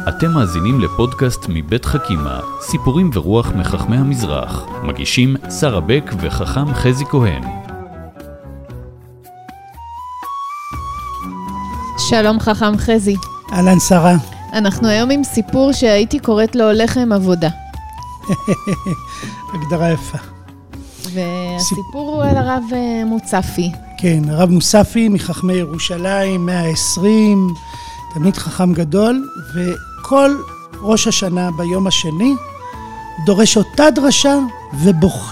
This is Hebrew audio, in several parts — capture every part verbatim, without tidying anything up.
אתם מאזינים לפודקאסט מבית חכימה, סיפורים ורוח מחכמי המזרח. מגישים שרה בק וחכם חזי כהן. שלום חכם חזי. אהלן שרה. אנחנו היום עם סיפור שהייתי קוראת לו לחם עבודה. הגדרה יפה. והסיפור הוא על הרב מוצפי. כן, הרב מוצפי מחכמי ירושלים, מאה ועשרים, תמיד חכם גדול, וכל ראש השנה ביום השני דורש אותה דרשה ובוכה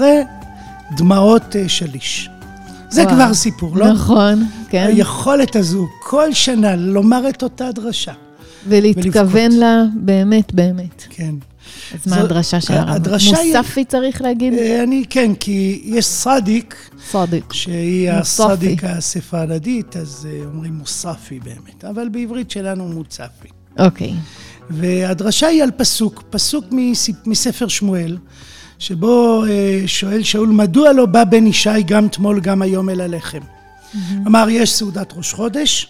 דמעות שליש. זה וואו. כבר סיפור, לא? נכון, כן. היכולת הזו כל שנה לומר את אותה דרשה. ולהתכוון לה באמת, באמת. כן. אז מה הדרשה של הרב? מוספי צריך להגיד? אני, כן, כי יש סדיק. סדיק. שהיא הסדיק הספרדית, אז אומרים מוספי באמת. אבל בעברית שלנו מוצפי. אוקיי. והדרשה היא על פסוק, פסוק מספר שמואל, שבו שואל שאול, מדוע לא בא בן ישי גם תמול גם היום אל הלחם? אמר, יש סעודת ראש חודש,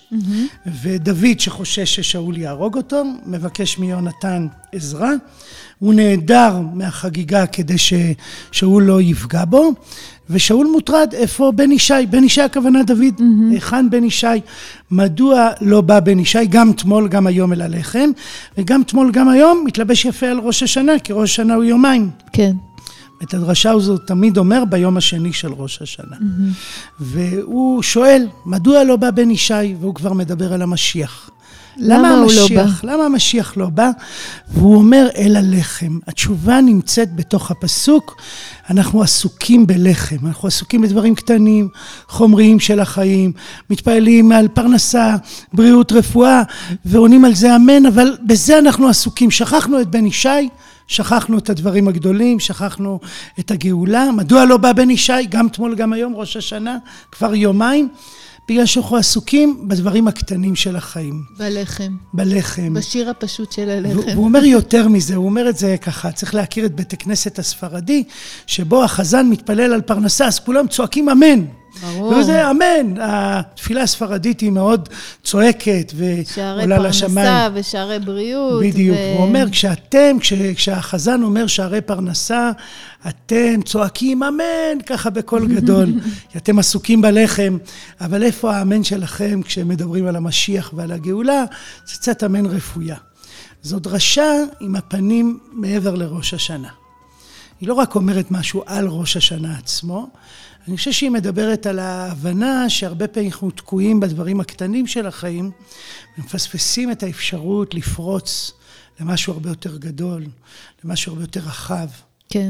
ודוד שחושש ששאול יהרוג אותו, מבקש מיונתן עזרה, הוא נעדר מהחגיגה כדי ששאול לא יפגע בו, ושאול מוטרד איפה בן ישי, בן ישי הכוונה דוד, היכן בן ישי, מדוע לא בא בן ישי גם תמול גם היום אל הלחם, וגם תמול גם היום מתלבש יפה על ראש השנה, כי ראש השנה הוא יומיים. כן. את הדרשה הזו תמיד אומר ביום השני של ראש השנה. Mm-hmm. והוא שואל, מדוע לא בא בן ישי? והוא כבר מדבר על המשיח. למה, למה הוא המשיח, לא בא? למה המשיח לא בא? והוא אומר אל הלחם. התשובה נמצאת בתוך הפסוק, אנחנו עסוקים בלחם, אנחנו עסוקים בדברים קטנים, חומריים של החיים, מתפעלים על פרנסה, בריאות, רפואה, ועונים על זה אמן, אבל בזה אנחנו עסוקים. שכחנו את בן ישי, שכחנו את הדברים הגדולים, שכחנו את הגאולה. מדוע לא בא בן ישי? גם תמול גם היום, ראש השנה, כבר יומיים, בגלל שאנחנו עסוקים בדברים הקטנים של החיים. בלחם. בלחם. בשיר הפשוט של הלחם. והוא אומר יותר מזה, הוא אומר את זה ככה, צריך להכיר את בית הכנסת הספרדי, שבו החזן מתפלל על פרנסה, אז כולם צועקים אמן. ברור. וזה אמן. התפילה הספרדית היא מאוד צועקת ועולה לשמיים. שערי פרנסה ושערי בריאות. בדיוק. ו... הוא אומר, כשאתם, כש, כשהחזן אומר שערי פרנסה, אתם צועקים אמן, ככה בקול גדול. אתם עסוקים בלחם, אבל איפה האמן שלכם כשמדברים על המשיח ועל הגאולה? זה קצת אמן רפויה. זו דרשה עם הפנים מעבר לראש השנה. היא לא רק אומרת משהו על ראש השנה עצמו, אני חושב שהיא מדברת על ההבנה שהרבה פעמים אנחנו תקועים בדברים הקטנים של החיים, ומפספסים את האפשרות לפרוץ למשהו הרבה יותר גדול, למשהו הרבה יותר רחב. כן.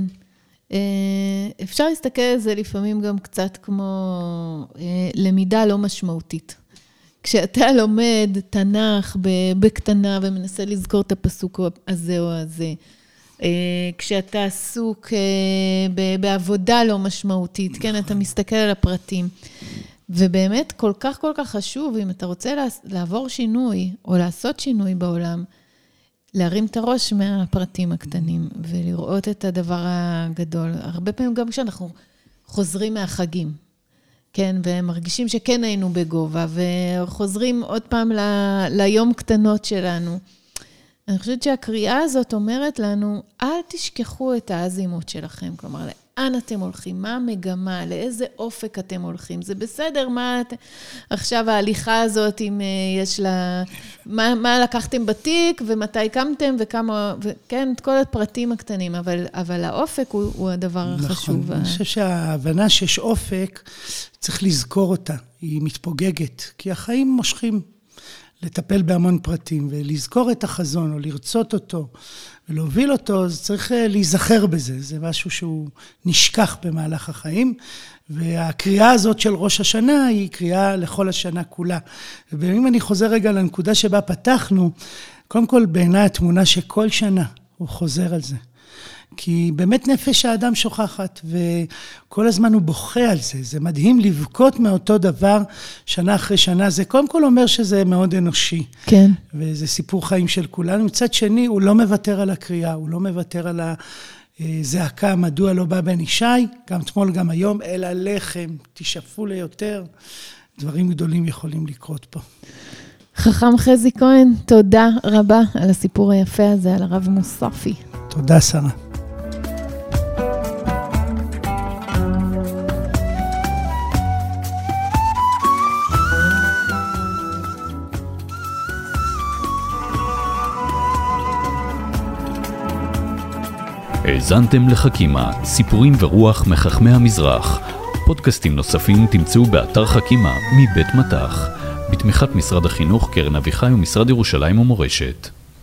אפשר להסתכל על זה לפעמים גם קצת כמו למידה לא משמעותית. כשאתה לומד תנ"ך בקטנה ומנסה לזכור את הפסוק הזה או הזה, כשאתה עסוק בעבודה לא משמעותית, כן, אתה מסתכל על הפרטים. ובאמת כל כך כל כך חשוב, אם אתה רוצה לעבור שינוי או לעשות שינוי בעולם, להרים את הראש מהפרטים הקטנים ולראות את הדבר הגדול. הרבה פעמים גם כשאנחנו חוזרים מהחגים, כן, ומרגישים שכן היינו בגובה, וחוזרים עוד פעם ל- ליום קטנות שלנו. אני חושבת שהקריאה הזאת אומרת לנו, אל תשכחו את האזימות שלכם, כלומר, לאן אתם הולכים, מה המגמה, לאיזה אופק אתם הולכים, זה בסדר, מה את... עכשיו ההליכה הזאת, אם יש לה, מה, מה לקחתם בתיק, ומתי קמתם, וכמה, וכן, את כל הפרטים הקטנים, אבל, אבל האופק הוא, הוא הדבר נכון, החשוב. נכון, אני חושב שההבנה שיש אופק, צריך לזכור אותה, היא מתפוגגת, כי החיים מושכים. לטפל בהמון פרטים ולזכור את החזון או לרצות אותו ולהוביל אותו, אז צריך להיזכר בזה. זה משהו שהוא נשכח במהלך החיים, והקריאה הזאת של ראש השנה היא קריאה לכל השנה כולה. ואם אני חוזר רגע לנקודה שבה פתחנו, קודם כל בעיניי התמונה שכל שנה הוא חוזר על זה. כי באמת נפש האדם שוכחת, וכל הזמן הוא בוכה על זה. זה מדהים לבכות מאותו דבר שנה אחרי שנה. זה קודם כל אומר שזה מאוד אנושי. כן. וזה סיפור חיים של כולנו. מצד שני, הוא לא מוותר על הקריאה, הוא לא מוותר על הזעקה, מדוע לא בא בן ישי, גם תמול גם היום, אלא לחם, תשאפו ליותר. דברים גדולים יכולים לקרות פה. חכם חזי כהן, תודה רבה על הסיפור היפה הזה, על הרב מוספי. תודה, שרה. האזנתם לחכימה, סיפורים ורוח מחכמי המזרח. פודקאסטים נוספים תמצאו באתר חכימה מבית מטח, בתמיכת משרד החינוך, קרן אביחי ומשרד ירושלים ומורשת.